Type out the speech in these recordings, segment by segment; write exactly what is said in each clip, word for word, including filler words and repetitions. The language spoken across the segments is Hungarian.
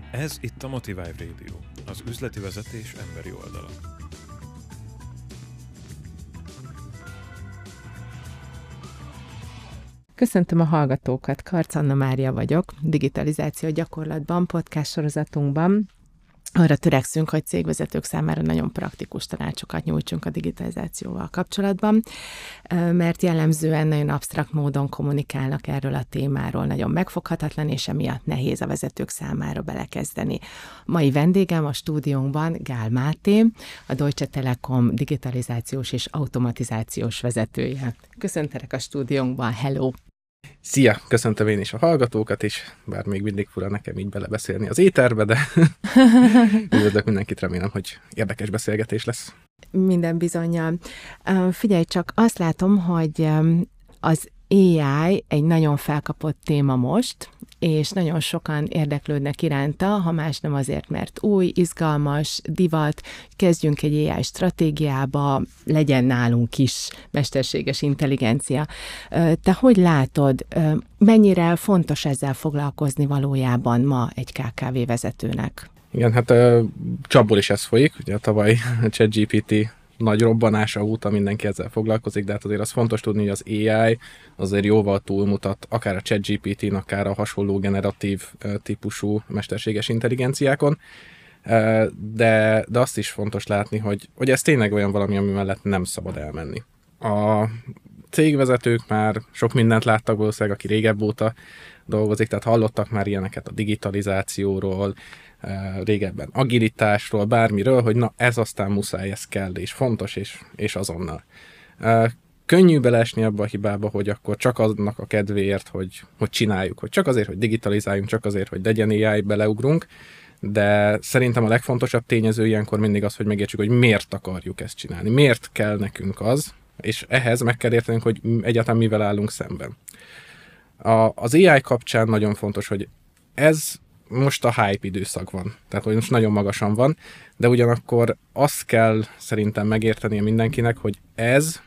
Ez itt a Motivive Radio, az üzleti vezetés emberi oldala. Köszöntöm a hallgatókat, Karcz Anna Mária vagyok, digitalizáció gyakorlatban, podcast sorozatunkban. Arra törekszünk, hogy cégvezetők számára nagyon praktikus tanácsokat nyújtsunk a digitalizációval kapcsolatban, mert jellemzően nagyon absztrakt módon kommunikálnak erről a témáról, nagyon megfoghatatlan, és emiatt nehéz a vezetők számára belekezdeni. Mai vendégem a stúdiónkban Gál Máté, a Deutsche Telekom digitalizációs és automatizációs vezetője. Köszöntelek a stúdiónkban, hello! Szia! Köszöntöm én is a hallgatókat is, bár még mindig fura nekem így belebeszélni az éterbe, de üdvözlök mindenkit, remélem, hogy érdekes beszélgetés lesz. Minden bizonnyal. Figyelj csak, azt látom, hogy az á i egy nagyon felkapott téma most, és nagyon sokan érdeklődnek iránta, ha más nem azért, mert új, izgalmas, divat, kezdjünk egy á i stratégiába, legyen nálunk is mesterséges intelligencia. Te hogy látod, mennyire fontos ezzel foglalkozni valójában ma egy ká ká vé vezetőnek? Igen, hát csapból is ez folyik, ugye tavaly a ChatGPT nagy robbanása óta mindenki ezzel foglalkozik, de hát azért az fontos tudni, hogy az á i azért jóval túlmutat akár a ChatGPT-n, akár a hasonló generatív típusú mesterséges intelligenciákon, de, de azt is fontos látni, hogy, hogy ez tényleg olyan valami, ami mellett nem szabad elmenni. A cégvezetők már sok mindent láttak valószínűleg, aki régebb óta dolgozik, tehát hallottak már ilyeneket a digitalizációról, régebben agilitásról, bármiről, hogy na ez aztán muszáj, ez kell, és fontos, és, és azonnal. Könnyű beleesni abba a hibába, hogy akkor csak annak a kedvéért, hogy, hogy csináljuk, hogy csak azért, hogy digitalizáljunk, csak azért, hogy legyen á i, beleugrunk, de szerintem a legfontosabb tényező ilyenkor mindig az, hogy megértsük, hogy miért akarjuk ezt csinálni, miért kell nekünk az, és ehhez meg kell értenünk, hogy egyáltalán mivel állunk szemben. A, az á i kapcsán nagyon fontos, hogy ez most a hype időszak van, tehát hogy most nagyon magasan van, de ugyanakkor azt kell szerintem megértenie mindenkinek, hogy ez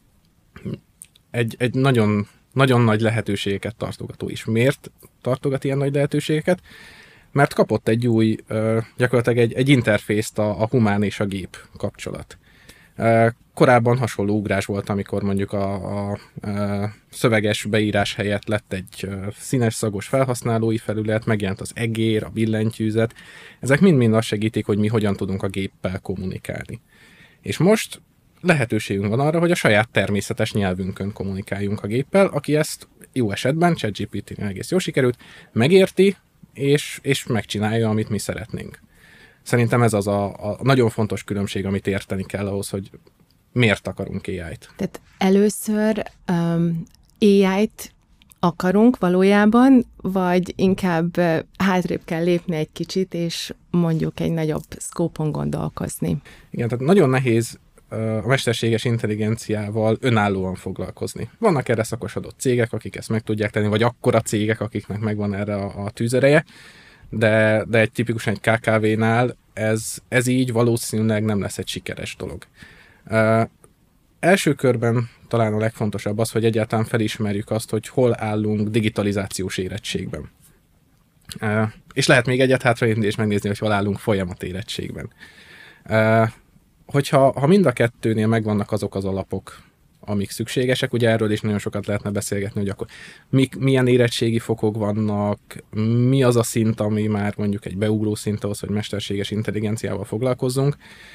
egy, egy nagyon, nagyon nagy lehetőségeket tartogató is. Miért tartogat ilyen nagy lehetőségeket? Mert kapott egy új, gyakorlatilag egy, egy interfészt a, a humán és a gép kapcsolat. Korábban hasonló ugrás volt, amikor mondjuk a, a, a szöveges beírás helyett lett egy színes szagos felhasználói felület, megjelent az egér, a billentyűzet. Ezek mind-mind azt segítik, hogy mi hogyan tudunk a géppel kommunikálni. És most lehetőségünk van arra, hogy a saját természetes nyelvünkön kommunikáljunk a géppel, aki ezt jó esetben, ChatGPT-nél egész jól sikerült, megérti, és, és megcsinálja, amit mi szeretnénk. Szerintem ez az a, a nagyon fontos különbség, amit érteni kell ahhoz, hogy miért akarunk á i-t. Tehát először um, á i-t akarunk valójában, vagy inkább uh, hátrébb kell lépni egy kicsit, és mondjuk egy nagyobb szkópon gondolkozni? Igen, tehát nagyon nehéz uh, a mesterséges intelligenciával önállóan foglalkozni. Vannak erre szakosodott cégek, akik ezt meg tudják tenni, vagy akkora cégek, akiknek megvan erre a, a tűzereje, de, de egy tipikusan egy ká ká vé-nál ez, ez így valószínűleg nem lesz egy sikeres dolog. Uh, első körben talán a legfontosabb az, hogy egyáltalán felismerjük azt, hogy hol állunk digitalizációs érettségben. Uh, és lehet még egyet hátraérni és megnézni, hogy hol állunk folyamat érettségben. Uh, hogyha ha mind a kettőnél megvannak azok az alapok, amik szükségesek, ugye erről is nagyon sokat lehetne beszélgetni, hogy akkor mik, milyen érettségi fokok vannak, mi az a szint, ami már mondjuk egy beugró szint ahhoz, hogy mesterséges intelligenciával foglalkozzunk.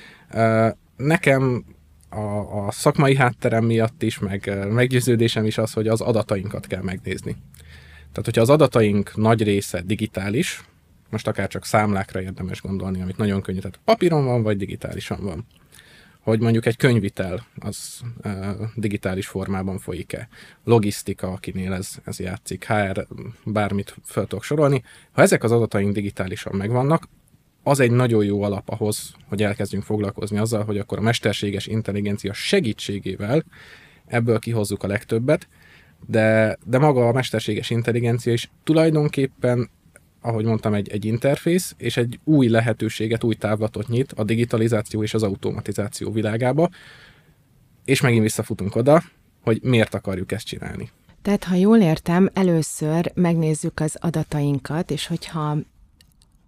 Nekem a, a szakmai hátterem miatt is, meg meggyőződésem is az, hogy az adatainkat kell megnézni. Tehát, hogyha az adataink nagy része digitális, most akár csak számlákra érdemes gondolni, amit nagyon könnyű, tehát papíron van, vagy digitálisan van. Hogy mondjuk egy könyvitel az uh, digitális formában folyik-e. Logisztika, akinél ez, ez játszik, há er, bármit fel tudok sorolni. Ha ezek az adataink digitálisan megvannak, az egy nagyon jó alap ahhoz, hogy elkezdjünk foglalkozni azzal, hogy akkor a mesterséges intelligencia segítségével ebből kihozzuk a legtöbbet, de, de maga a mesterséges intelligencia is tulajdonképpen, ahogy mondtam, egy, egy interfész, és egy új lehetőséget, új távlatot nyit a digitalizáció és az automatizáció világába, és megint visszafutunk oda, hogy miért akarjuk ezt csinálni. Tehát, ha jól értem, először megnézzük az adatainkat, és hogyha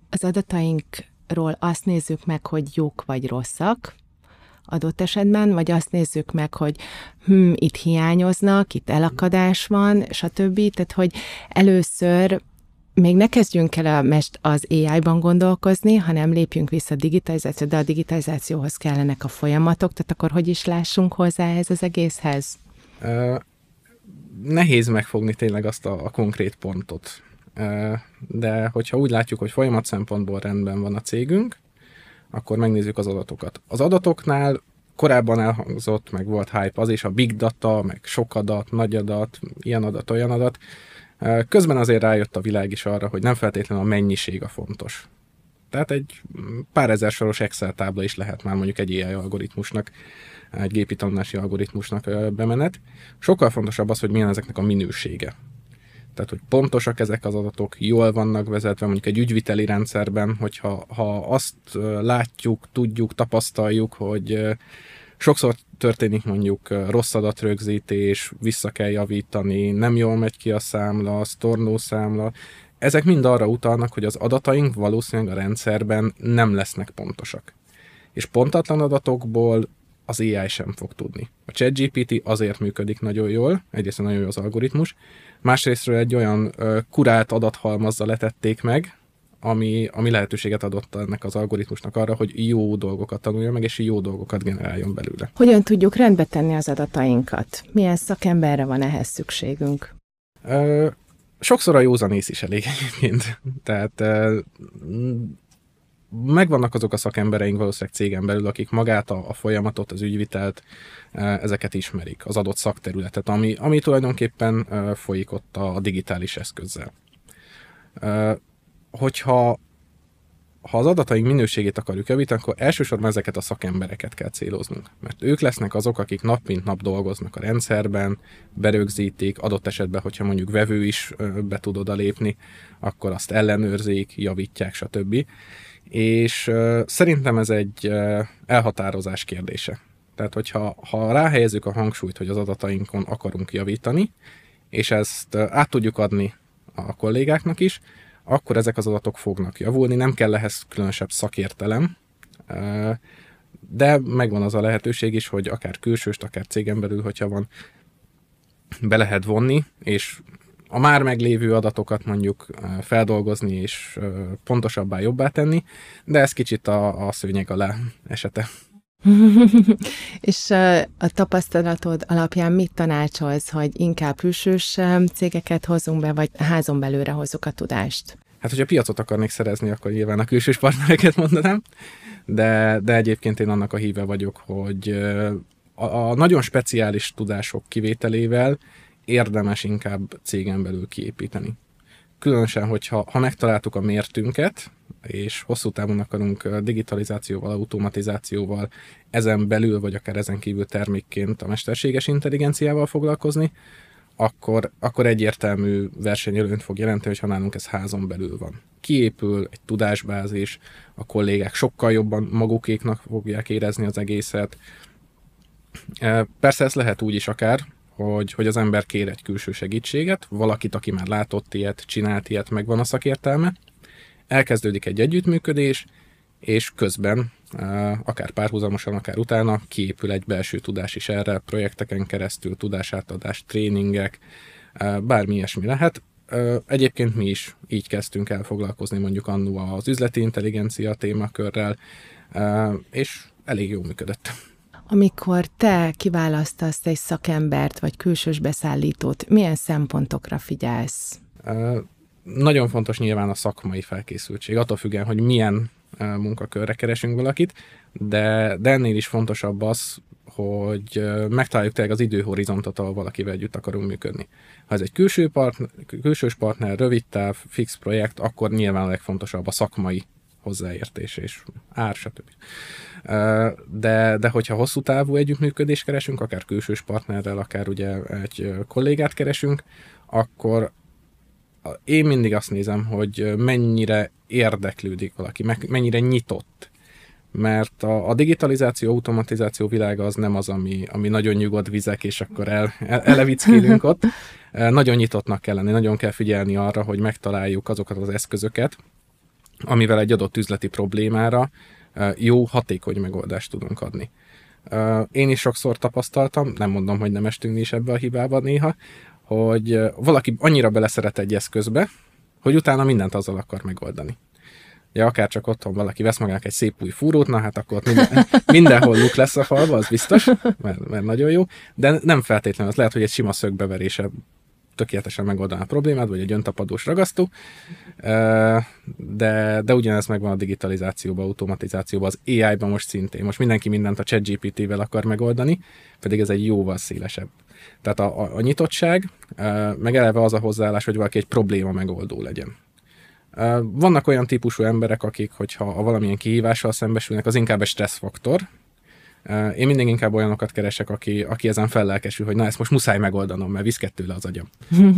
az adatainkról azt nézzük meg, hogy jók vagy rosszak adott esetben, vagy azt nézzük meg, hogy hm, itt hiányoznak, itt elakadás van, stb. Tehát, hogy először még ne kezdjünk el a mest az á í-ban gondolkozni, hanem lépjünk vissza a digitalizáció, de a digitalizációhoz kellenek a folyamatok, tehát akkor hogy is lássunk hozzá ez az egészhez? Uh, nehéz megfogni tényleg azt a, a konkrét pontot. Uh, de hogyha úgy látjuk, hogy folyamat szempontból rendben van a cégünk, akkor megnézzük az adatokat. Az adatoknál korábban elhangzott, meg volt hype az is, a big data, meg sok adat, nagy adat, ilyen adat, olyan adat. Közben azért rájött a világ is arra, hogy nem feltétlenül a mennyiség a fontos. Tehát egy pár ezer soros Excel tábla is lehet már mondjuk egy á i algoritmusnak, egy gépi tanulási algoritmusnak bemenet. Sokkal fontosabb az, hogy milyen ezeknek a minősége. Tehát, hogy pontosak ezek az adatok, jól vannak vezetve, mondjuk egy ügyviteli rendszerben, hogyha ha azt látjuk, tudjuk, tapasztaljuk, hogy sokszor történik mondjuk rossz adatrögzítés, vissza kell javítani, nem jól megy ki a számla, sztornó számla. Ezek mind arra utalnak, hogy az adataink valószínűleg a rendszerben nem lesznek pontosak. És pontatlan adatokból az á i sem fog tudni. A ChatGPT azért működik nagyon jól, egyrészt nagyon jó az algoritmus, másrésztről egy olyan uh, kurált adathalmazzal letették meg, ami, ami lehetőséget adott ennek az algoritmusnak arra, hogy jó dolgokat tanulja meg, és jó dolgokat generáljon belőle. Hogyan tudjuk rendbe tenni az adatainkat? Milyen szakemberre van ehhez szükségünk? Uh, sokszor a józanész is elég egyébként. Tehát uh, megvannak azok a szakembereink valószínűleg cégen belül, akik magát a, a folyamatot, az ügyvitelt, ezeket ismerik, az adott szakterületet, ami, ami tulajdonképpen uh, folyik ott a, a digitális eszközzel. Uh, hogyha ha az adataink minőségét akarjuk javítani, akkor elsősorban ezeket a szakembereket kell céloznunk. Mert ők lesznek azok, akik nap mint nap dolgoznak a rendszerben, berögzítik, adott esetben, hogyha mondjuk vevő is be tud oda lépni, akkor azt ellenőrzik, javítják, stb. És uh, szerintem ez egy uh, elhatározás kérdése. Tehát, hogyha ha ráhelyezzük a hangsúlyt, hogy az adatainkon akarunk javítani, és ezt uh, át tudjuk adni a kollégáknak is, akkor ezek az adatok fognak javulni, nem kell ehhez különösebb szakértelem, uh, de megvan az a lehetőség is, hogy akár külsőst, akár cégen belül, hogyha van, be lehet vonni, és a már meglévő adatokat mondjuk feldolgozni és pontosabbá, jobbá tenni, de ez kicsit a, a szőnyeg alá esete. És a tapasztalatod alapján mit tanácsolsz, hogy inkább külsős cégeket hozzunk be, vagy házon belőle hozzuk a tudást? Hát, hogyha piacot akarnék szerezni, akkor nyilván a külsős partnereket mondanám, de, de egyébként én annak a híve vagyok, hogy a, a nagyon speciális tudások kivételével érdemes inkább cégen belül kiépíteni. Különösen, hogyha ha megtaláltuk a mértünket, és hosszú távon akarunk digitalizációval, automatizációval ezen belül, vagy akár ezen kívül termékként a mesterséges intelligenciával foglalkozni, akkor, akkor egyértelmű versenyelőnyt fog jelenteni, hogyha nálunk ez házon belül van. Kiépül egy tudásbázis, a kollégák sokkal jobban magukéknak fogják érezni az egészet. Persze ez lehet úgy is akár, Hogy, hogy az ember kér egy külső segítséget, valakit, aki már látott ilyet, csinált ilyet, megvan a szakértelme, elkezdődik egy együttműködés, és közben, akár párhuzamosan, akár utána kiépül egy belső tudás is erre, projekteken keresztül, tudásátadás, tréningek, bármi ilyesmi lehet. Egyébként mi is így kezdtünk el foglalkozni mondjuk annó az üzleti intelligencia témakörrel, és elég jól működött. Amikor te kiválasztasz egy szakembert vagy külsős beszállítót, milyen szempontokra figyelsz? Uh, nagyon fontos nyilván a szakmai felkészültség, attól függően, hogy milyen uh, munkakörre keresünk valakit, de, de ennél is fontosabb az, hogy uh, megtaláljuk tényleg az időhorizontot, ahol valakivel együtt akarunk működni. Ha ez egy külső partner, külsős partner, rövid táv, fix projekt, akkor nyilván a legfontosabb a szakmai hozzáértés és ár, stb. De, de hogyha hosszú távú együttműködést keresünk, akár külsős partnerrel, akár ugye egy kollégát keresünk, akkor én mindig azt nézem, hogy mennyire érdeklődik valaki, mennyire nyitott. Mert a, a digitalizáció, automatizáció világa az nem az, ami, ami nagyon nyugodt vizek, és akkor el, el, elevickélünk ott. Nagyon nyitottnak kell lenni, nagyon kell figyelni arra, hogy megtaláljuk azokat az eszközöket, amivel egy adott üzleti problémára jó, hatékony megoldást tudunk adni. Én is sokszor tapasztaltam, nem mondom, hogy nem estünk mi is ebbe a hibába néha, hogy valaki annyira beleszeret egy eszközbe, hogy utána mindent azzal akar megoldani. Ja, akár csak otthon valaki vesz magának egy szép új fúrót, na hát akkor minden, mindenhol luk lesz a falba, az biztos, mert, mert nagyon jó, de nem feltétlenül, az lehet, hogy egy sima szögbeverése tökéletesen megoldaná a problémát, vagy egy öntapadós ragasztó, de, de ugyanez megvan a digitalizációban, automatizációban, az á í-ban most szintén. Most mindenki mindent a ChatGPT-vel akar megoldani, pedig ez egy jóval szélesebb. Tehát a, a, a nyitottság, meg eleve az a hozzáállás, hogy valaki egy probléma megoldó legyen. Vannak olyan típusú emberek, akik, hogyha valamilyen kihívással szembesülnek, az inkább egy stresszfaktor. Én mindig inkább olyanokat keresek, aki, aki ezen fellelkesül, hogy na ezt most muszáj megoldanom, mert visz kettőle az agyam.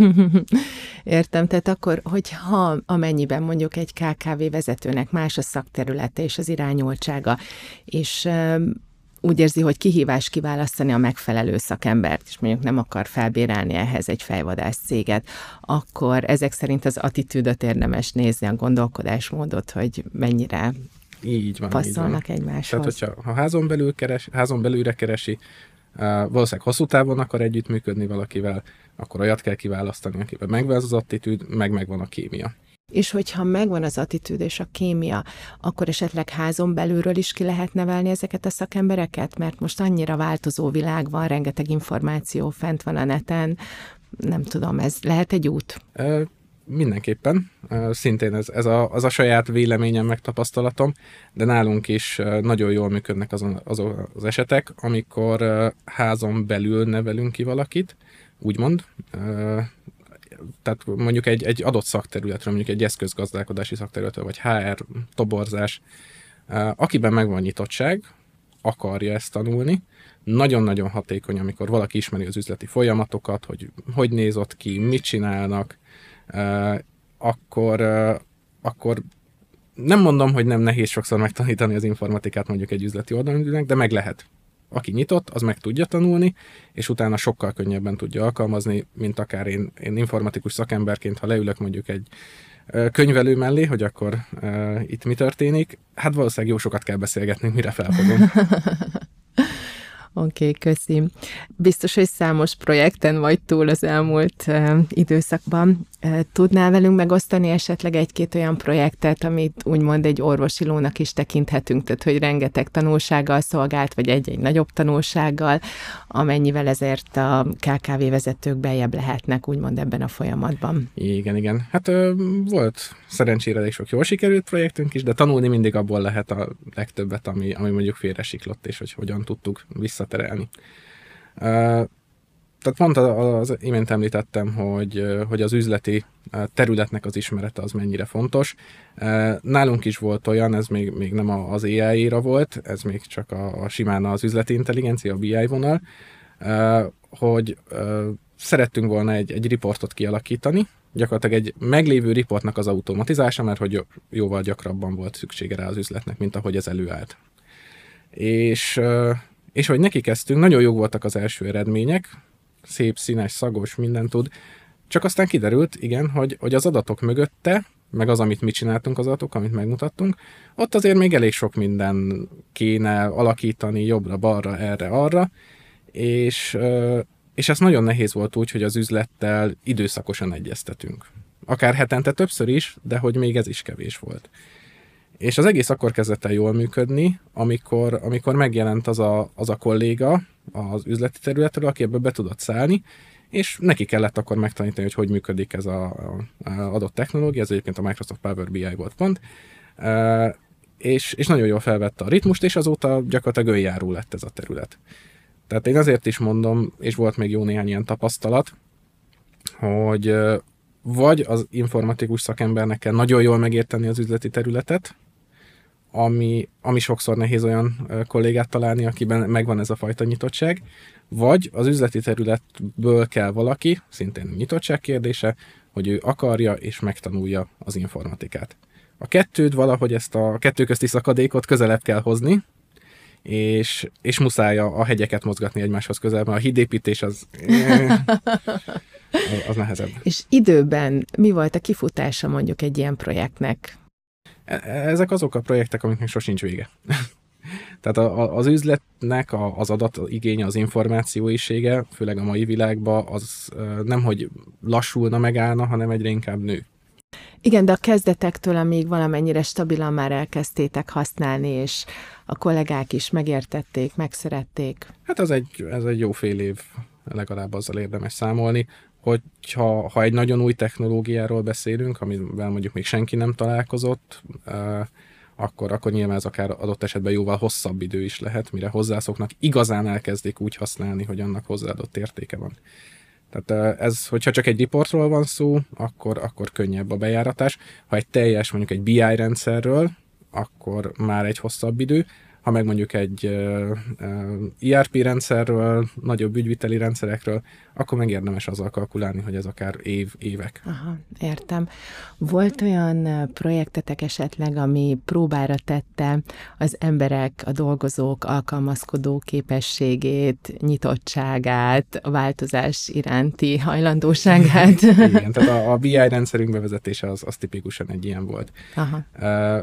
Értem, tehát akkor, hogyha amennyiben mondjuk egy ká ká vé vezetőnek más a szakterülete és az irányultsága, és um, úgy érzi, hogy kihívás kiválasztani a megfelelő szakembert, és mondjuk nem akar felbérelni ehhez egy fejvadász céget, akkor ezek szerint az attitűdöt érdemes nézni, a gondolkodásmódot, hogy mennyire így van, passzolnak így van. egymáshoz. Tehát, hogyha ha házon, belül keres, házon belülre keresi, uh, valószínűleg hosszú távon akar együttműködni valakivel, akkor olyat kell kiválasztani, akivel megvan az attitűd, meg megvan a kémia. És hogyha megvan az attitűd és a kémia, akkor esetleg házon belülről is ki lehet nevelni ezeket a szakembereket? Mert most annyira változó világ van, rengeteg információ fent van a neten, nem tudom, ez lehet egy út? Uh, Mindenképpen. Szintén ez, ez a, az a saját véleményem, megtapasztalatom, de nálunk is nagyon jól működnek azon, azon az esetek, amikor házon belül nevelünk ki valakit, úgymond. Tehát mondjuk egy, egy adott szakterületről, mondjuk egy eszközgazdálkodási szakterületről, vagy há er, toborzás, akiben megvan nyitottság, akarja ezt tanulni, nagyon-nagyon hatékony, amikor valaki ismeri az üzleti folyamatokat, hogy hogy néz ott ki, mit csinálnak, Uh, akkor, uh, akkor nem mondom, hogy nem nehéz sokszor megtanítani az informatikát mondjuk egy üzleti oldalon, de meg lehet. Aki nyitott, az meg tudja tanulni, és utána sokkal könnyebben tudja alkalmazni, mint akár én, én informatikus szakemberként, ha leülök mondjuk egy uh, könyvelő mellé, hogy akkor uh, itt mi történik, hát valószínűleg jó sokat kell beszélgetnünk, mire felfogom. Oké, okay, köszi. Biztos, hogy számos projekten vagy túl az elmúlt uh, időszakban. Uh, tudnál velünk megosztani esetleg egy-két olyan projektet, amit úgymond egy orvosi lónak is tekinthetünk, tehát hogy rengeteg tanulsággal szolgált, vagy egy-egy nagyobb tanulsággal, amennyivel ezért a ká ká vé vezetők beljebb lehetnek úgymond ebben a folyamatban. Igen, igen. Hát ö, volt szerencsére elég sok jól sikerült projektünk is, de tanulni mindig abból lehet a legtöbbet, ami, ami mondjuk félresiklott, és hogy hogyan tudtuk visszaterelni. Uh, tehát pont az, az imént említettem, hogy, hogy az üzleti területnek az ismerete az mennyire fontos. Nálunk is volt olyan, ez még, még nem az á í-ra volt, ez még csak a, a simán az üzleti intelligencia, a bé i vonal, hogy szerettünk volna egy, egy riportot kialakítani, gyakorlatilag egy meglévő riportnak az automatizása, mert hogy jóval gyakrabban volt szüksége rá az üzletnek, mint ahogy ez előállt. És, és hogy neki kezdtünk, nagyon jók voltak az első eredmények, szép, színes, szagos, mindent tud, csak aztán kiderült, igen, hogy, hogy az adatok mögötte, meg az, amit mi csináltunk az adatok, amit megmutattunk, ott azért még elég sok minden kéne alakítani jobbra-balra, erre-arra, és, és ez nagyon nehéz volt úgy, hogy az üzlettel időszakosan egyeztetünk. Akár hetente többször is, de hogy még ez is kevés volt. És az egész akkor kezdett el jól működni, amikor, amikor megjelent az a, az a kolléga az üzleti területről, aki ebből be tudott szállni, és neki kellett akkor megtanítani, hogy hogy működik ez az adott technológia, ez egyébként a Microsoft Power bé i volt pont, e, és, és nagyon jól felvette a ritmust, és azóta gyakorlatilag önjáró lett ez a terület. Tehát én azért is mondom, és volt még jó néhány ilyen tapasztalat, hogy vagy az informatikus szakembernek kell nagyon jól megérteni az üzleti területet, ami, ami sokszor nehéz olyan kollégát találni, akiben megvan ez a fajta nyitottság, vagy az üzleti területből kell valaki, szintén nyitottság kérdése, hogy ő akarja és megtanulja az informatikát. A kettőt valahogy ezt a kettő közti szakadékot közelebb kell hozni, és, és muszáj a hegyeket mozgatni egymáshoz közel, mert a hídépítés az, az nehezebb. És időben mi volt a kifutása mondjuk egy ilyen projektnek? Ezek azok a projektek, amiknek sosincs vége. Tehát a, a, az üzletnek a, az adatigénye, az információisége, főleg a mai világban, az nem, hogy lassulna, megállna, hanem egyre inkább nő. Igen, de a kezdetektől, amíg valamennyire stabilan már elkezdtétek használni, és a kollégák is megértették, megszerették. Hát ez egy, ez egy jó fél év, legalább azzal érdemes számolni, hogyha ha egy nagyon új technológiáról beszélünk, amivel mondjuk még senki nem találkozott, akkor, akkor nyilván ez akár adott esetben jóval hosszabb idő is lehet, mire hozzászoknak, igazán elkezdik úgy használni, hogy annak hozzáadott értéke van. Tehát ez, hogyha csak egy riportról van szó, akkor, akkor könnyebb a bejáratás. Ha egy teljes, mondjuk egy bé i rendszerről, akkor már egy hosszabb idő. Ha meg mondjuk egy uh, uh, i er pé rendszerről, nagyobb ügyviteli rendszerekről, akkor meg érdemes azzal kalkulálni, hogy ez akár év, évek. Aha, értem. Volt olyan projektetek esetleg, ami próbára tette az emberek, a dolgozók alkalmazkodó képességét, nyitottságát, a változás iránti hajlandóságát? Igen, tehát a, a bé i rendszerünk bevezetése az, az tipikusan egy ilyen volt. Aha. Uh,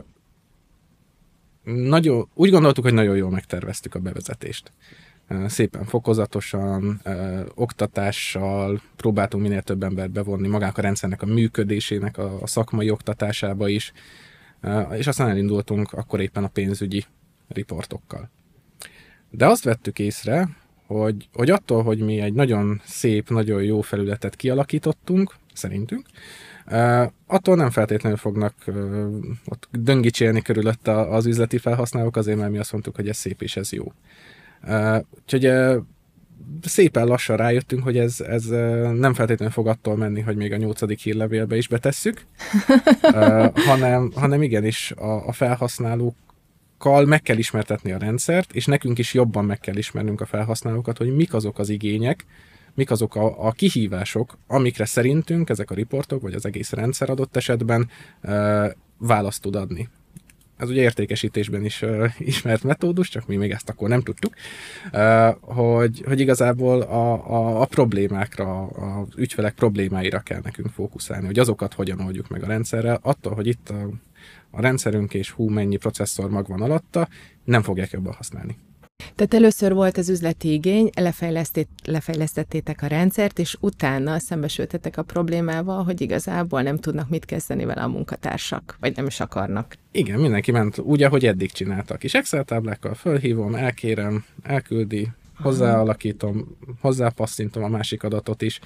Nagyon, úgy gondoltuk, hogy nagyon jól megterveztük a bevezetést. Szépen fokozatosan, ö, oktatással próbáltunk minél több embert bevonni magának a rendszernek a működésének, a, a szakmai oktatásába is, ö, és aztán elindultunk akkor éppen a pénzügyi riportokkal. De azt vettük észre, hogy, hogy attól, hogy mi egy nagyon szép, nagyon jó felületet kialakítottunk, szerintünk, Uh, attól nem feltétlenül fognak uh, ott döngicsélni körülötte az üzleti felhasználók, azért mert mi azt mondtuk, hogy ez szép és ez jó. Uh, úgyhogy uh, szépen lassan rájöttünk, hogy ez, ez uh, nem feltétlenül fog attól menni, hogy még a nyolcadik hírlevélbe is betesszük, uh, hanem, hanem igenis a, a felhasználókkal meg kell ismertetni a rendszert, és nekünk is jobban meg kell ismernünk a felhasználókat, hogy mik azok az igények, mik azok a, a kihívások, amikre szerintünk ezek a riportok, vagy az egész rendszer adott esetben e, választ tud adni. Ez ugye értékesítésben is e, ismert metódus, csak mi még ezt akkor nem tudtuk, e, hogy, hogy igazából a, a, a problémákra, az ügyfelek problémáira kell nekünk fókuszálni, hogy azokat hogyan oldjuk meg a rendszerrel, attól, hogy itt a, a rendszerünk és hú, mennyi processzor mag van alatta, nem fogják jobban használni. Tehát először volt az üzleti igény, lefejlesztettétek a rendszert, és utána szembesültetek a problémával, hogy igazából nem tudnak mit kezdeni vele a munkatársak, vagy nem is akarnak. Igen, mindenki ment úgy, ahogy eddig csináltak. Kis Excel táblákkal fölhívom, elkérem, elküldi, hozzáalakítom, hozzápasszintom a másik adatot is.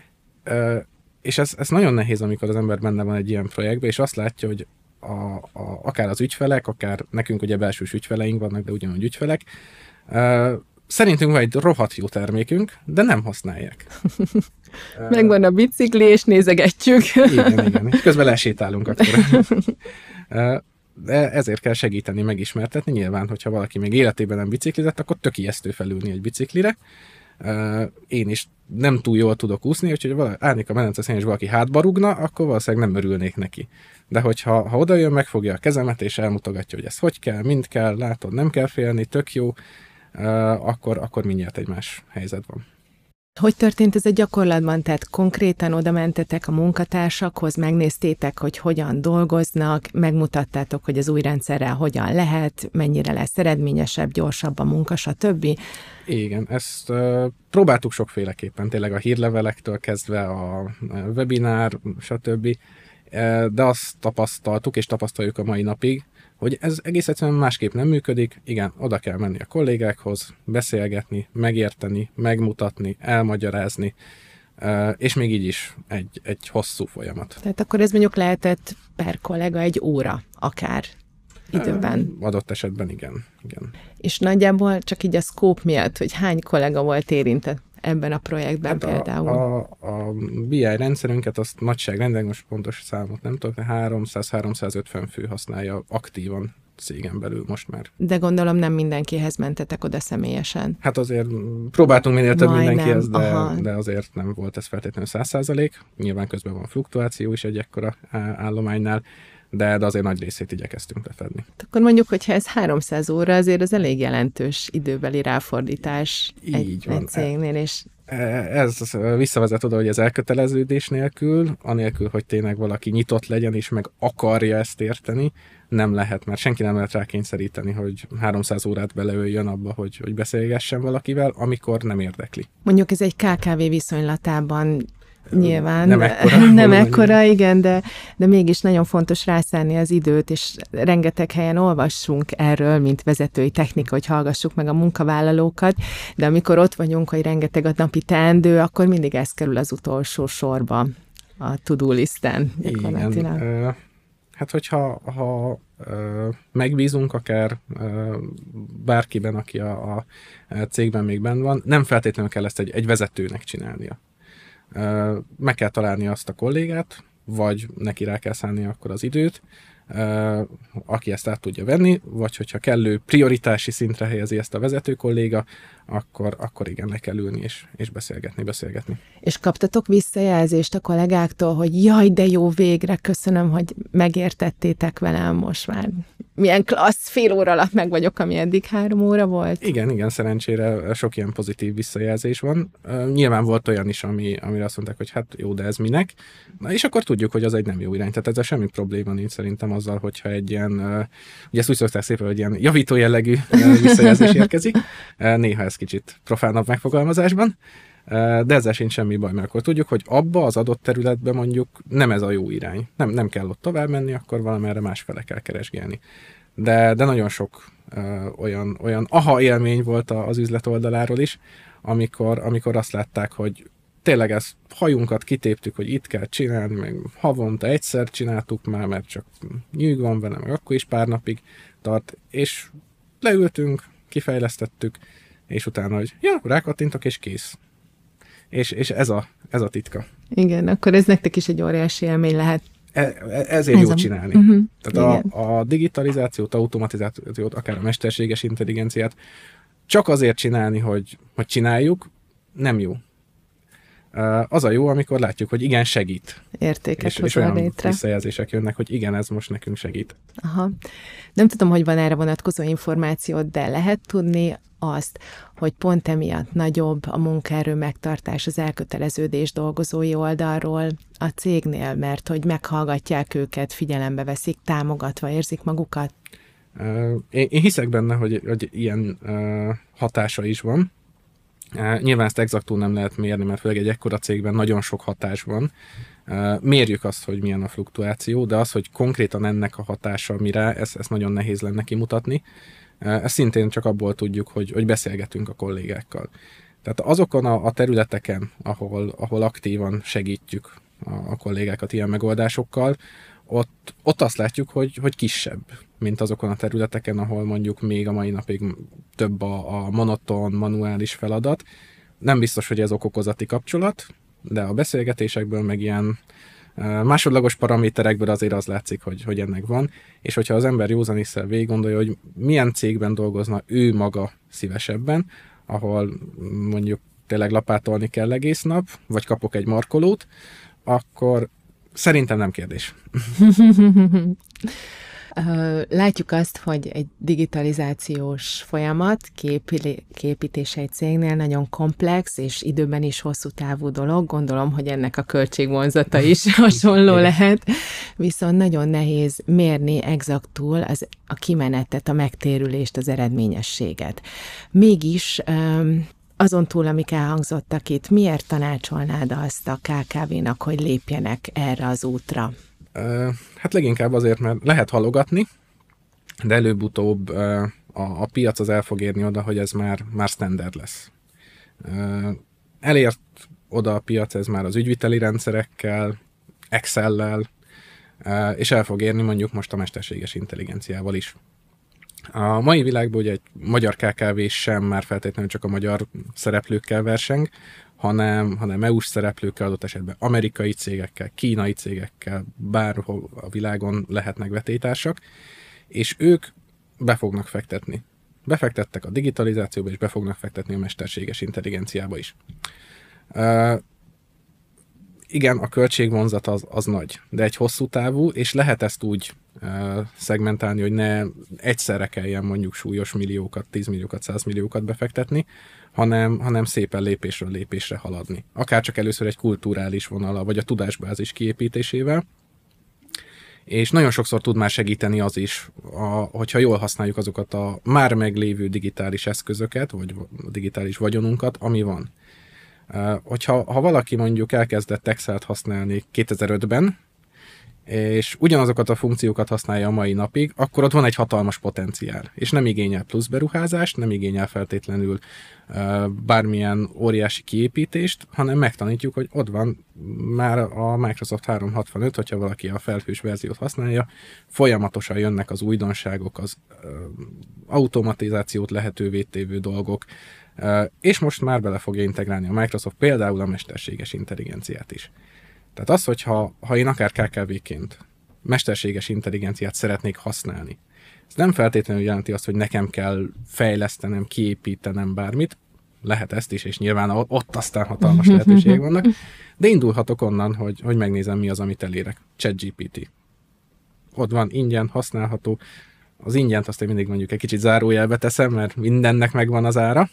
És ez, ez nagyon nehéz, amikor az ember benne van egy ilyen projektben, és azt látja, hogy A, a, akár az ügyfelek, akár nekünk ugye belsős ügyfeleink vannak, de ugyanúgy ügyfelek. Uh, szerintünk van egy rohadt jó termékünk, de nem használják. Megvan a bicikli, és nézegetjük. Igen, igen. És közben lesétálunk akkor. Uh, de ezért kell segíteni, megismertetni. Nyilván, hogyha valaki még életében nem biciklizett, akkor tök ijesztő felülni egy biciklire. Uh, én is nem túl jól tudok úszni, úgyhogy állnék a medenceszén, és valaki hátba rúgna, akkor valószínűleg nem örülnék neki. De hogyha ha oda jön, megfogja a kezemet, és elmutogatja, hogy ez hogy kell, mind kell, látod, nem kell félni, tök jó, uh, akkor, akkor mindjárt egy más helyzet van. Hogy történt ez a gyakorlatban? Tehát konkrétan oda mentetek a munkatársakhoz, megnéztétek, hogy hogyan dolgoznak, megmutattátok, hogy az új rendszerrel hogyan lehet, mennyire lesz eredményesebb, gyorsabb a munka, stb. Igen, ezt uh, próbáltuk sokféleképpen, tényleg a hírlevelektől kezdve a webinár, stb. Uh, de azt tapasztaltuk, és tapasztaljuk a mai napig, hogy ez egész egyszerűen másképp nem működik. Igen, oda kell menni a kollégákhoz, beszélgetni, megérteni, megmutatni, elmagyarázni, és még így is egy, egy hosszú folyamat. Tehát akkor ez mondjuk lehetett per kollega egy óra, akár időben. Adott esetben igen. igen. És nagyjából csak így a scope miatt, hogy hány kollega volt érintett ebben a projektben hát például? A, a, a bé i rendszerünket, azt nagyságrendileg, most pontos számot nem tudok, de háromszáz-háromszázötven fő használja aktívan cégen belül most már. De gondolom nem mindenkihez mentetek oda személyesen. Hát azért próbáltunk minél több Majdnem, mindenkihez, de, de azért nem volt ez feltétlenül száz százalék. Nyilván közben van fluktuáció is egy ekkora állománynál, de, de azért nagy részét igyekeztünk lefedni. Akkor mondjuk, hogyha ez háromszáz óra, azért az elég jelentős időbeli ráfordítás egy, egy cégnél, és ez visszavezet oda, hogy ez elköteleződés nélkül, anélkül, hogy tényleg valaki nyitott legyen és meg akarja ezt érteni, nem lehet, mert senki nem lehet rá kényszeríteni, hogy háromszáz órát beleöljön abba, hogy, hogy beszélgessen valakivel, amikor nem érdekli. Mondjuk ez egy ká ká vé viszonylatában nyilván nem ekkora, nem ekkora igen, de, de mégis nagyon fontos rászánni az időt, és rengeteg helyen olvassunk erről, mint vezetői technika, hogy hallgassuk meg a munkavállalókat, de amikor ott vagyunk, hogy rengeteg a napi teendő, akkor mindig ez kerül az utolsó sorba a to-do listen. Igen. Hát, hogyha ha, ö, megbízunk akár ö, bárkiben, aki a, a cégben még benn van, nem feltétlenül kell ezt egy, egy vezetőnek csinálnia. Ö, meg kell találni azt a kollégát, vagy neki rá kell szánni akkor az időt, ö, aki ezt át tudja venni, vagy hogyha kellő prioritási szintre helyezi ezt a vezető kolléga, akkor, akkor igen, le kell ülni és, és beszélgetni, beszélgetni. És kaptatok visszajelzést a kollégáktól, hogy jaj, de jó, végre, köszönöm, hogy megértettétek velem most már. Milyen klassz, fél óra alatt meg vagyok, ami eddig három óra volt. Igen, igen, szerencsére sok ilyen pozitív visszajelzés van. Uh, nyilván volt olyan is, ami, amire azt mondták, hogy hát jó, de ez minek? Na és akkor tudjuk, hogy az egy nem jó irány. Tehát ezzel semmi probléma nincs szerintem azzal, hogyha egy ilyen, uh, ugye ezt úgy szokták szépen, hogy ilyen javító jellegű uh, visszajelzés érkezik. Uh, néha ez kicsit profánabb megfogalmazásban. De ezzel sincs semmi baj, mert akkor tudjuk, hogy abba az adott területben mondjuk nem ez a jó irány. Nem, nem kell ott tovább menni, akkor valamerre másfele kell keresgélni. De, de nagyon sok ö, olyan, olyan aha élmény volt az üzlet oldaláról is, amikor, amikor azt látták, hogy tényleg ezt hajunkat kitéptük, hogy itt kell csinálni, meg havonta egyszer csináltuk már, mert csak nyűg van vele, meg akkor is pár napig tart, és leültünk, kifejlesztettük, és utána, hogy ja, rákattintok, és kész. És, és ez, a, ez a titka. Igen, akkor ez nektek is egy óriási élmény lehet. E, ezért ez jó a... csinálni. Uh-huh. Tehát a, a digitalizációt, automatizációt, akár a mesterséges intelligenciát csak azért csinálni, hogy, hogy csináljuk, nem jó. Az a jó, amikor látjuk, hogy igen, segít. Értéket és, és olyan létre. Visszajelzések jönnek, hogy igen, ez most nekünk segít. Aha. Nem tudom, hogy van erre vonatkozó információt, de lehet tudni azt, hogy pont emiatt nagyobb a munkaerő megtartás, az elköteleződés dolgozói oldalról a cégnél, mert hogy meghallgatják őket, figyelembe veszik, támogatva érzik magukat? Én, én hiszek benne, hogy, hogy ilyen hatása is van. Nyilván ezt exaktul nem lehet mérni, mert főleg egy ekkora cégben nagyon sok hatás van. Mérjük azt, hogy milyen a fluktuáció, de az, hogy konkrétan ennek a hatása mire, ezt, ezt nagyon nehéz lenne kimutatni. Ezt szintén csak abból tudjuk, hogy, hogy beszélgetünk a kollégákkal. Tehát azokon a, a területeken, ahol, ahol aktívan segítjük a, a kollégákat ilyen megoldásokkal, ott, ott azt látjuk, hogy, hogy kisebb, mint azokon a területeken, ahol mondjuk még a mai napig több a, a monoton, manuális feladat. Nem biztos, hogy ez ok-okozati kapcsolat, de a beszélgetésekből, meg ilyen másodlagos paraméterekből azért az látszik, hogy, hogy ennek van, és hogyha az ember józanésszel végig gondolja, hogy milyen cégben dolgozna ő maga szívesebben, ahol mondjuk tényleg lapátolni kell egész nap, vagy kapok egy markolót, akkor szerintem nem kérdés. Látjuk azt, hogy egy digitalizációs folyamat képítése egy cégnél nagyon komplex és időben is hosszú távú dolog. Gondolom, hogy ennek a költségvonzata is hasonló lehet, viszont nagyon nehéz mérni exaktul az, a kimenetet, a megtérülést, az eredményességet. Mégis azon túl, amik elhangzottak itt, miért tanácsolnád azt a ká ká vé-nak, hogy lépjenek erre az útra? Hát leginkább azért, mert lehet halogatni, de előbb-utóbb a, a piac az el fog érni oda, hogy ez már, már standard lesz. Elért oda a piac, ez már az ügyviteli rendszerekkel, Excel-lel, és el fog érni mondjuk most a mesterséges intelligenciával is. A mai világban ugye egy magyar ká ká vé sem már feltétlenül csak a magyar szereplőkkel verseng, hanem, hanem é u-s szereplőkkel, adott esetben amerikai cégekkel, kínai cégekkel, bárhol a világon lehetnek vetélytársak, és ők be fognak fektetni. Befektettek a digitalizációba, és be fognak fektetni a mesterséges intelligenciába is. Uh, igen, a költségvonzat az, az nagy, de egy hosszú távú, és lehet ezt úgy uh, szegmentálni, hogy ne egyszerre kelljen mondjuk súlyos milliókat, tízmilliókat, százmilliókat befektetni, hanem, hanem szépen lépésről lépésre haladni. Akár csak először egy kulturális vonala, vagy a tudásbázis kiépítésével, és nagyon sokszor tud már segíteni az is, a, hogyha jól használjuk azokat a már meglévő digitális eszközöket, vagy digitális vagyonunkat, ami van. Hogyha ha valaki mondjuk elkezdett Excel-t használni kétezer-ötben, és ugyanazokat a funkciókat használja a mai napig, akkor ott van egy hatalmas potenciál, és nem igényel plusz beruházást, nem igényel feltétlenül uh, bármilyen óriási kiépítést, hanem megtanítjuk, hogy ott van már a Microsoft háromszázhatvanöt, hogyha valaki a felhős verziót használja, folyamatosan jönnek az újdonságok, az uh, automatizációt lehetővé tévő dolgok, uh, és most már bele fogja integrálni a Microsoft például a mesterséges intelligenciát is. Tehát az, hogyha ha én akár ká ká vé-ként mesterséges intelligenciát szeretnék használni, ez nem feltétlenül jelenti azt, hogy nekem kell fejlesztenem, kiépítenem bármit, lehet ezt is, és nyilván ott aztán hatalmas lehetőségek vannak, de indulhatok onnan, hogy, hogy megnézem, mi az, amit elérek. ChatGPT. Ott van, ingyen, használható. Az ingyent azt én mindig mondjuk egy kicsit zárójelbe teszem, mert mindennek megvan az ára,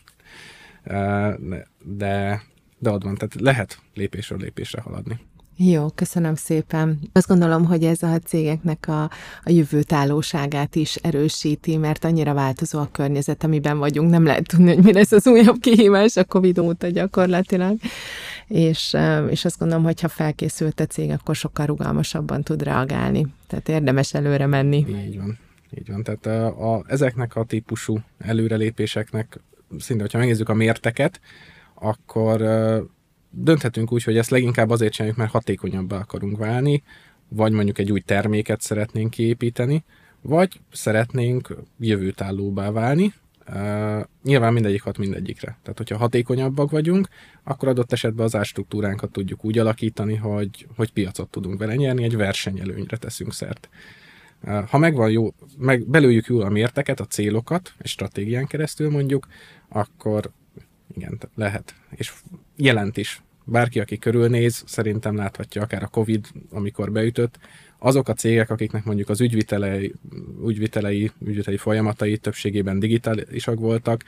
de, de ott van, tehát lehet lépésről lépésre haladni. Jó, köszönöm szépen. Azt gondolom, hogy ez a cégeknek a, a jövőtállóságát is erősíti, mert annyira változó a környezet, amiben vagyunk, nem lehet tudni, hogy mi lesz az újabb kihívás, a Covid óta gyakorlatilag, és, és azt gondolom, hogy ha felkészült a cég, akkor sokkal rugalmasabban tud reagálni. Tehát érdemes előre menni. Így van, így van. Tehát a, a, ezeknek a típusú előrelépéseknek, szinte, hogyha megnézzük a mérteket, akkor dönthetünk úgy, hogy ezt leginkább azért csináljuk, mert hatékonyabbá akarunk válni, vagy mondjuk egy új terméket szeretnénk kiépíteni, vagy szeretnénk jövőtállóbbá válni. Uh, nyilván mindegyik hat mindegyikre. Tehát, hogyha hatékonyabbak vagyunk, akkor adott esetben az árstruktúránkat tudjuk úgy alakítani, hogy, hogy piacot tudunk vele nyerni, egy versenyelőnyre teszünk szert. Uh, ha megvan jó, meg belőjük jól a mérteket, a célokat, egy stratégián keresztül mondjuk, akkor igen, lehet. És jelent is. Bárki, aki körülnéz, szerintem láthatja, akár a Covid, amikor beütött, azok a cégek, akiknek mondjuk az ügyvitelei, ügyvitelei, ügyviteli folyamatai többségében digitálisak voltak,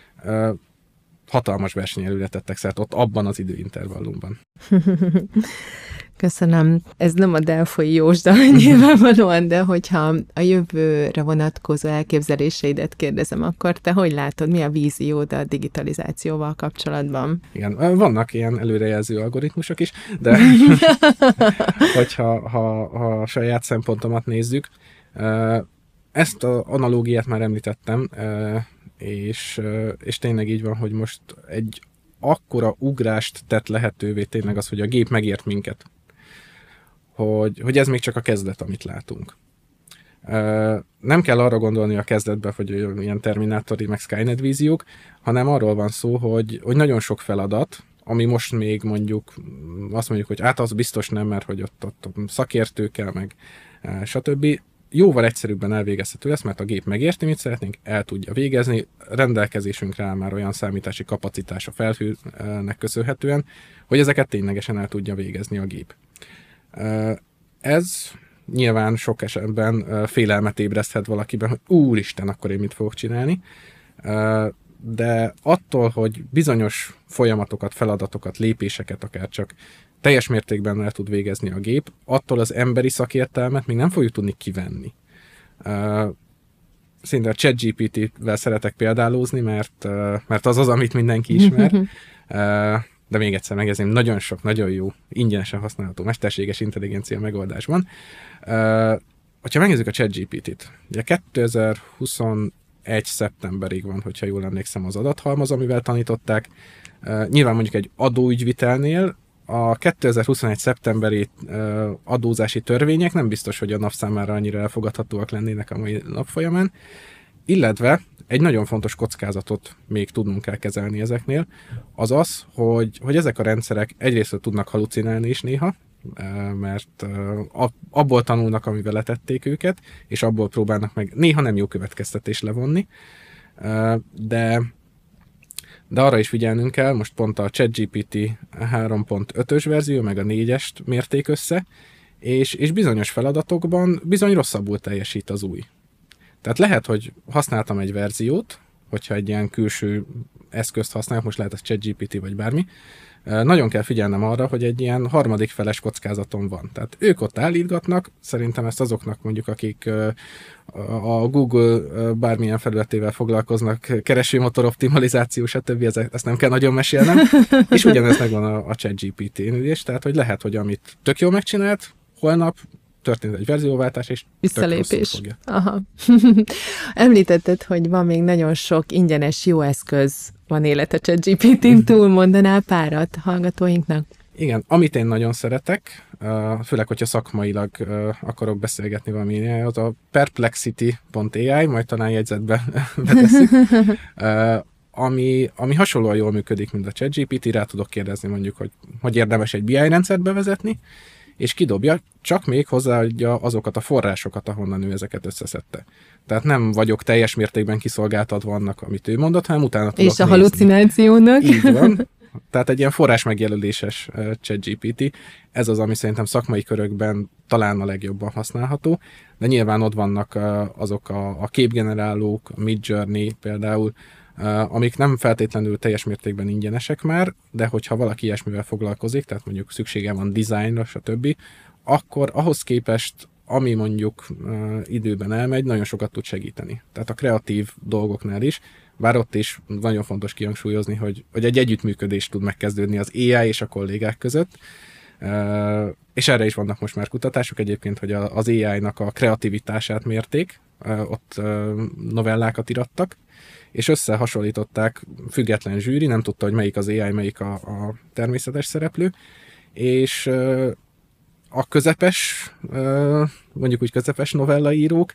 hatalmas versenyelőre tettek szert ott abban az időintervallumban. Köszönöm. Ez nem a delfoi jósda nyilvánvalóan, de hogyha a jövőre vonatkozó elképzeléseidet kérdezem, akkor te hogy látod, mi a víziód a digitalizációval kapcsolatban? Igen, vannak ilyen előrejelző algoritmusok is, de hogyha ha, ha a saját szempontomat nézzük, ezt az analógiát már említettem, és, és tényleg így van, hogy most egy akkora ugrást tett lehetővé tényleg az, hogy a gép megért minket. Hogy, hogy ez még csak a kezdet, amit látunk. Nem kell arra gondolni a kezdetben, hogy ilyen terminátori, meg Skynet víziók, hanem arról van szó, hogy, hogy nagyon sok feladat, ami most még mondjuk azt mondjuk, hogy hát az biztos nem, mert hogy ott, ott szakértő kell, meg stb. Jóval egyszerűbben elvégezhető lesz, mert a gép megérti, mit szeretnénk, el tudja végezni, rendelkezésünkre áll már olyan számítási kapacitás a felhőnek köszönhetően, hogy ezeket ténylegesen el tudja végezni a gép. Ez nyilván sok esetben félelmet ébreszthet valakiben, hogy úristen, akkor én mit fogok csinálni, de attól, hogy bizonyos folyamatokat, feladatokat, lépéseket akár csak teljes mértékben el tud végezni a gép, attól az emberi szakértelmet még nem fogjuk tudni kivenni. Uh, szinte a ChatGPT-vel szeretek példálózni, mert, uh, mert az az, amit mindenki ismer. Uh, de még egyszer megjegyezném, nagyon sok, nagyon jó, ingyenesen használható mesterséges intelligencia megoldás van. Uh, hogyha megnézzük a ChatGPT-t, ugye kétezer-huszonegy szeptemberig van, hogyha jól emlékszem, az adathalmaz, amivel tanították. Uh, nyilván mondjuk egy adóügyvitelnél a kétezer-huszonegy szeptemberi uh, adózási törvények nem biztos, hogy a nap számára annyira elfogadhatóak lennének a mai nap folyamán, illetve egy nagyon fontos kockázatot még tudnunk kell kezelni ezeknél, az az, hogy, hogy ezek a rendszerek egyrészt tudnak halucinálni is néha, uh, mert uh, abból tanulnak, amivel letették őket, és abból próbálnak meg néha nem jó következtetést levonni, uh, de De arra is figyelnünk kell, most pont a ChatGPT három pont ötös verzió, meg a négyest mérték össze, és, és bizonyos feladatokban bizony rosszabbul teljesít az új. Tehát lehet, hogy használtam egy verziót, hogyha egy ilyen külső eszközt használok, most lehet ez ChatGPT vagy bármi, nagyon kell figyelnem arra, hogy egy ilyen harmadik feles kockázaton van. Tehát ők ott állítgatnak, szerintem ezt azoknak mondjuk, akik a Google bármilyen felületével foglalkoznak, keresőmotor optimalizáció, stb. Ezt nem kell nagyon mesélnem, és ugyanez megvan a, a ChatGPT-nél is, tehát hogy lehet, hogy amit tök jól megcsinált, holnap történt egy verzióváltás, és visszalépés. Aha. Említetted, hogy van még nagyon sok ingyenes jó eszköz van élet a ChatGPT-n túl, mondanál párat hallgatóinknak? Igen, amit én nagyon szeretek, főleg, hogyha szakmailag akarok beszélgetni valaminél, az a perplexity pont á i, majd talán jegyzetbe betesszük, ami, ami hasonlóan jól működik, mint a ChatGPT, rá tudok kérdezni mondjuk, hogy, hogy érdemes egy bé i rendszert bevezetni, és kidobja, csak még hozzáadja azokat a forrásokat, ahonnan ő ezeket összeszedte. Tehát nem vagyok teljes mértékben kiszolgáltatva annak, amit ő mondott, hanem utána tudok És a nézni. halucinációnak. Így van. Tehát egy ilyen forrás megjelöléses uh, ChatGPT. Ez az, ami szerintem szakmai körökben talán a legjobban használható, de nyilván ott vannak uh, azok a, a képgenerálók, a Midjourney például, Uh, amik nem feltétlenül teljes mértékben ingyenesek már, de hogyha valaki ilyesmivel foglalkozik, tehát mondjuk szüksége van dizájnra, stb., akkor ahhoz képest, ami mondjuk uh, időben elmegy, nagyon sokat tud segíteni. Tehát a kreatív dolgoknál is, bár ott is nagyon fontos kihangsúlyozni, hogy, hogy egy együttműködés tud megkezdődni az á i és a kollégák között, uh, és erre is vannak most már kutatások egyébként, hogy a, az á i-nak a kreativitását mérték, uh, ott uh, novellákat irattak, és összehasonlították, független zsűri, nem tudta, hogy melyik az á i, melyik a, a természetes szereplő, és uh, a közepes, uh, mondjuk úgy közepes novellaírók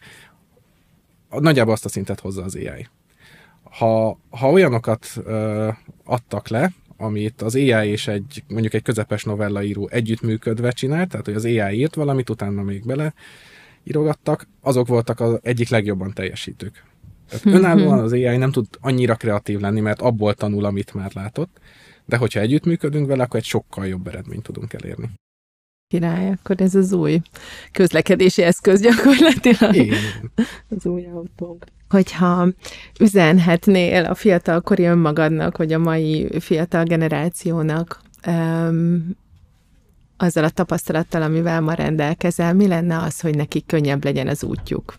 nagyjából azt a szintet hozza az á i. Ha, ha olyanokat uh, adtak le, amit az á i és egy, mondjuk egy közepes novellaíró együttműködve csinált, tehát hogy az á i írt valamit, utána még bele írogattak, azok voltak az egyik legjobban teljesítők. Tehát önállóan az á i nem tud annyira kreatív lenni, mert abból tanul, amit már látott, de hogyha együttműködünk vele, akkor egy sokkal jobb eredményt tudunk elérni. Király, akkor ez az új közlekedési eszköz gyakorlatilag. Igen. Az új autónk. Hogyha üzenhetnél a fiatalkori önmagadnak, vagy a mai fiatal generációnak um, azzal a tapasztalattal, amivel ma rendelkezel, mi lenne az, hogy nekik könnyebb legyen az útjuk?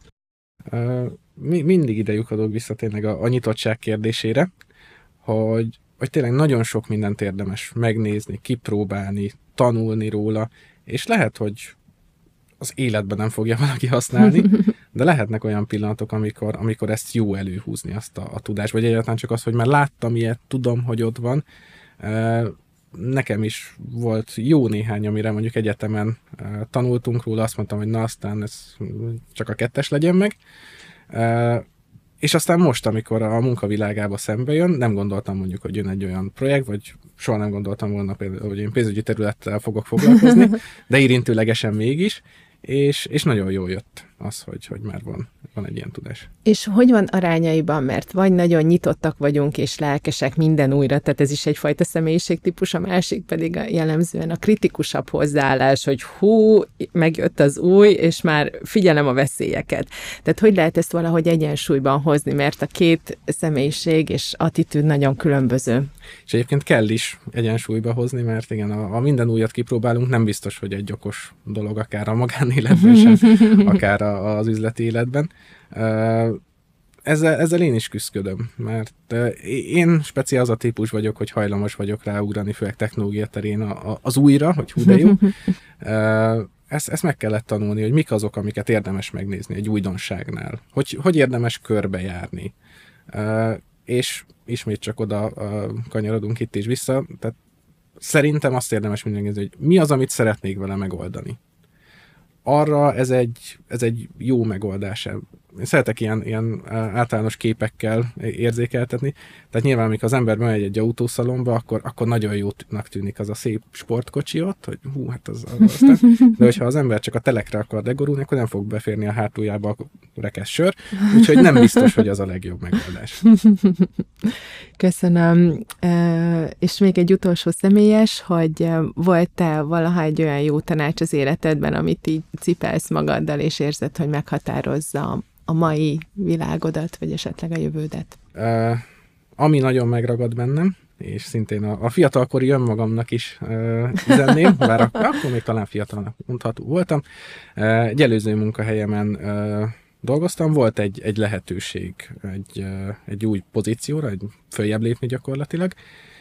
Uh, mi, mindig ide lyukadok vissza tényleg a, a nyitottság kérdésére, hogy, hogy tényleg nagyon sok mindent érdemes megnézni, kipróbálni, tanulni róla, és lehet, hogy az életben nem fogja valaki használni, de lehetnek olyan pillanatok, amikor, amikor ezt jó előhúzni, azt a, a tudást, vagy egyáltalán csak az, hogy már láttam ilyet, tudom, hogy ott van. Nekem is volt jó néhány, amire mondjuk egyetemen tanultunk róla, azt mondtam, hogy na aztán ez csak a kettes legyen meg. És aztán most, amikor a munkavilágába szembe jön, nem gondoltam mondjuk, hogy jön egy olyan projekt, vagy soha nem gondoltam volna például, hogy én pénzügyi területtel fogok foglalkozni, de érintőlegesen mégis, és, és nagyon jól jött az, hogy, hogy már van, van egy ilyen tudás. És hogy van arányaiban, mert vagy nagyon nyitottak vagyunk, és lelkesek minden újra, tehát ez is egyfajta személyiségtípus, a másik pedig a jellemzően a kritikusabb hozzáállás, hogy hú, megjött az új, és már figyelem a veszélyeket. Tehát hogy lehet ezt valahogy egyensúlyban hozni, mert a két személyiség és attitűd nagyon különböző. És egyébként kell is egyensúlyba hozni, mert igen, a, a minden újat kipróbálunk, nem biztos, hogy egy okos dolog, akár a magánéletben sem, akár a, az üzleti életben. Ezzel, ezzel én is küzdködöm, mert én speciál az a típus vagyok, hogy hajlamos vagyok ráugrani, főleg technológia terén az újra, hogy hú de jó. Ezt, ezt meg kellett tanulni, hogy mik azok, amiket érdemes megnézni egy újdonságnál. Hogy, hogy érdemes körbejárni. És ismét csak oda kanyarodunk itt is vissza, tehát szerintem azt érdemes megnézni, hogy mi az, amit szeretnék vele megoldani. Arra ez egy, ez egy jó megoldás. Én szeretek ilyen, ilyen általános képekkel érzékeltetni. Tehát nyilván, amikor az ember bemegy egy autószalomba, akkor, akkor nagyon jónak tűnik az a szép sportkocsi ott, hogy hú, hát az, az aztán. De hogyha az ember csak a telekre akar degorulni, akkor nem fog beférni a hátuljába a rekesz sör. Úgyhogy nem biztos, hogy az a legjobb megoldás. Köszönöm. És még egy utolsó személyes, hogy volt-e valaha egy olyan jó tanács az életedben, amit így cipelsz magaddal, és érzed, hogy meghatározza a mai világodat, vagy esetleg a jövődet? ami nagyon megragad bennem, és szintén a, a fiatalkori önmagamnak is uh, üzenném, bár ak- akkor még talán fiatalnak mondható voltam. Uh, egy előző munkahelyemen uh, dolgoztam, volt egy, egy lehetőség, egy, uh, egy új pozícióra, egy följebb lépni gyakorlatilag,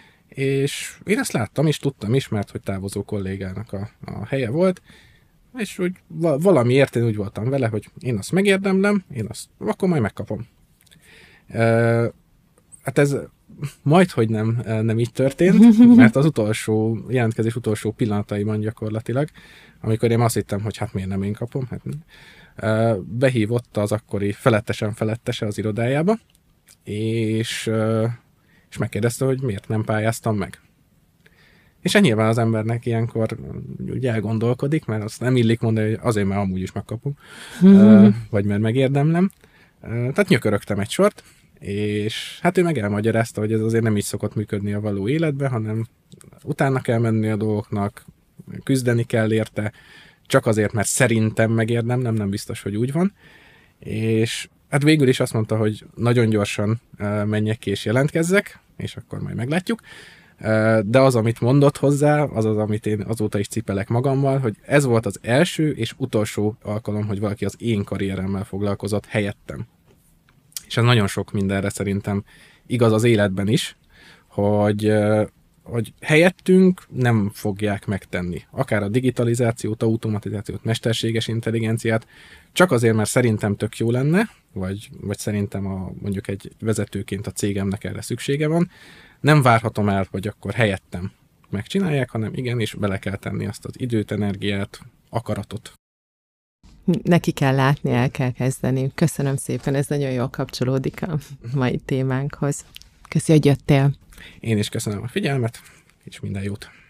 és én ezt láttam, és tudtam is, mert hogy távozó kollégának a, a helye volt, és úgy valamiért én úgy voltam vele, hogy én azt megérdemlem, én azt, akkor majd megkapom. Uh, hát ez majdhogy nem, nem így történt, mert az utolsó, jelentkezés utolsó pillanataiban gyakorlatilag, amikor én azt hittem, hogy hát miért nem én kapom, hát uh, behívott az akkori felettesen felettese az irodájába, és, uh, és megkérdezte, hogy miért nem pályáztam meg. És hát nyilván az embernek ilyenkor úgy elgondolkodik, mert azt nem illik mondani, hogy azért, mert amúgy is megkapom, uh, vagy mert megérdemlem. Uh, tehát nyökörögtem egy sort, és hát ő meg elmagyarázta, hogy ez azért nem így szokott működni a való életben, hanem utána kell menni a dolgoknak, küzdeni kell érte, csak azért, mert szerintem megérdem, nem, nem biztos, hogy úgy van. És hát végül is azt mondta, hogy nagyon gyorsan uh, menjek ki és jelentkezzek, és akkor majd meglátjuk. Uh, de az, amit mondott hozzá, az az, amit én azóta is cipelek magammal, hogy ez volt az első és utolsó alkalom, hogy valaki az én karrieremmel foglalkozott helyettem. És ez nagyon sok mindenre szerintem igaz az életben is, hogy, hogy helyettünk nem fogják megtenni. Akár a digitalizációt, automatizációt, mesterséges intelligenciát, csak azért, mert szerintem tök jó lenne, vagy, vagy szerintem a, mondjuk egy vezetőként a cégemnek erre szüksége van, nem várhatom el, hogy akkor helyettem megcsinálják, hanem igenis bele kell tenni azt az időt, energiát, akaratot. Neki kell látni, el kell kezdeni. Köszönöm szépen, ez nagyon jól kapcsolódik a mai témánkhoz. Köszi, hogy jöttél. Én is köszönöm a figyelmet, és minden jót.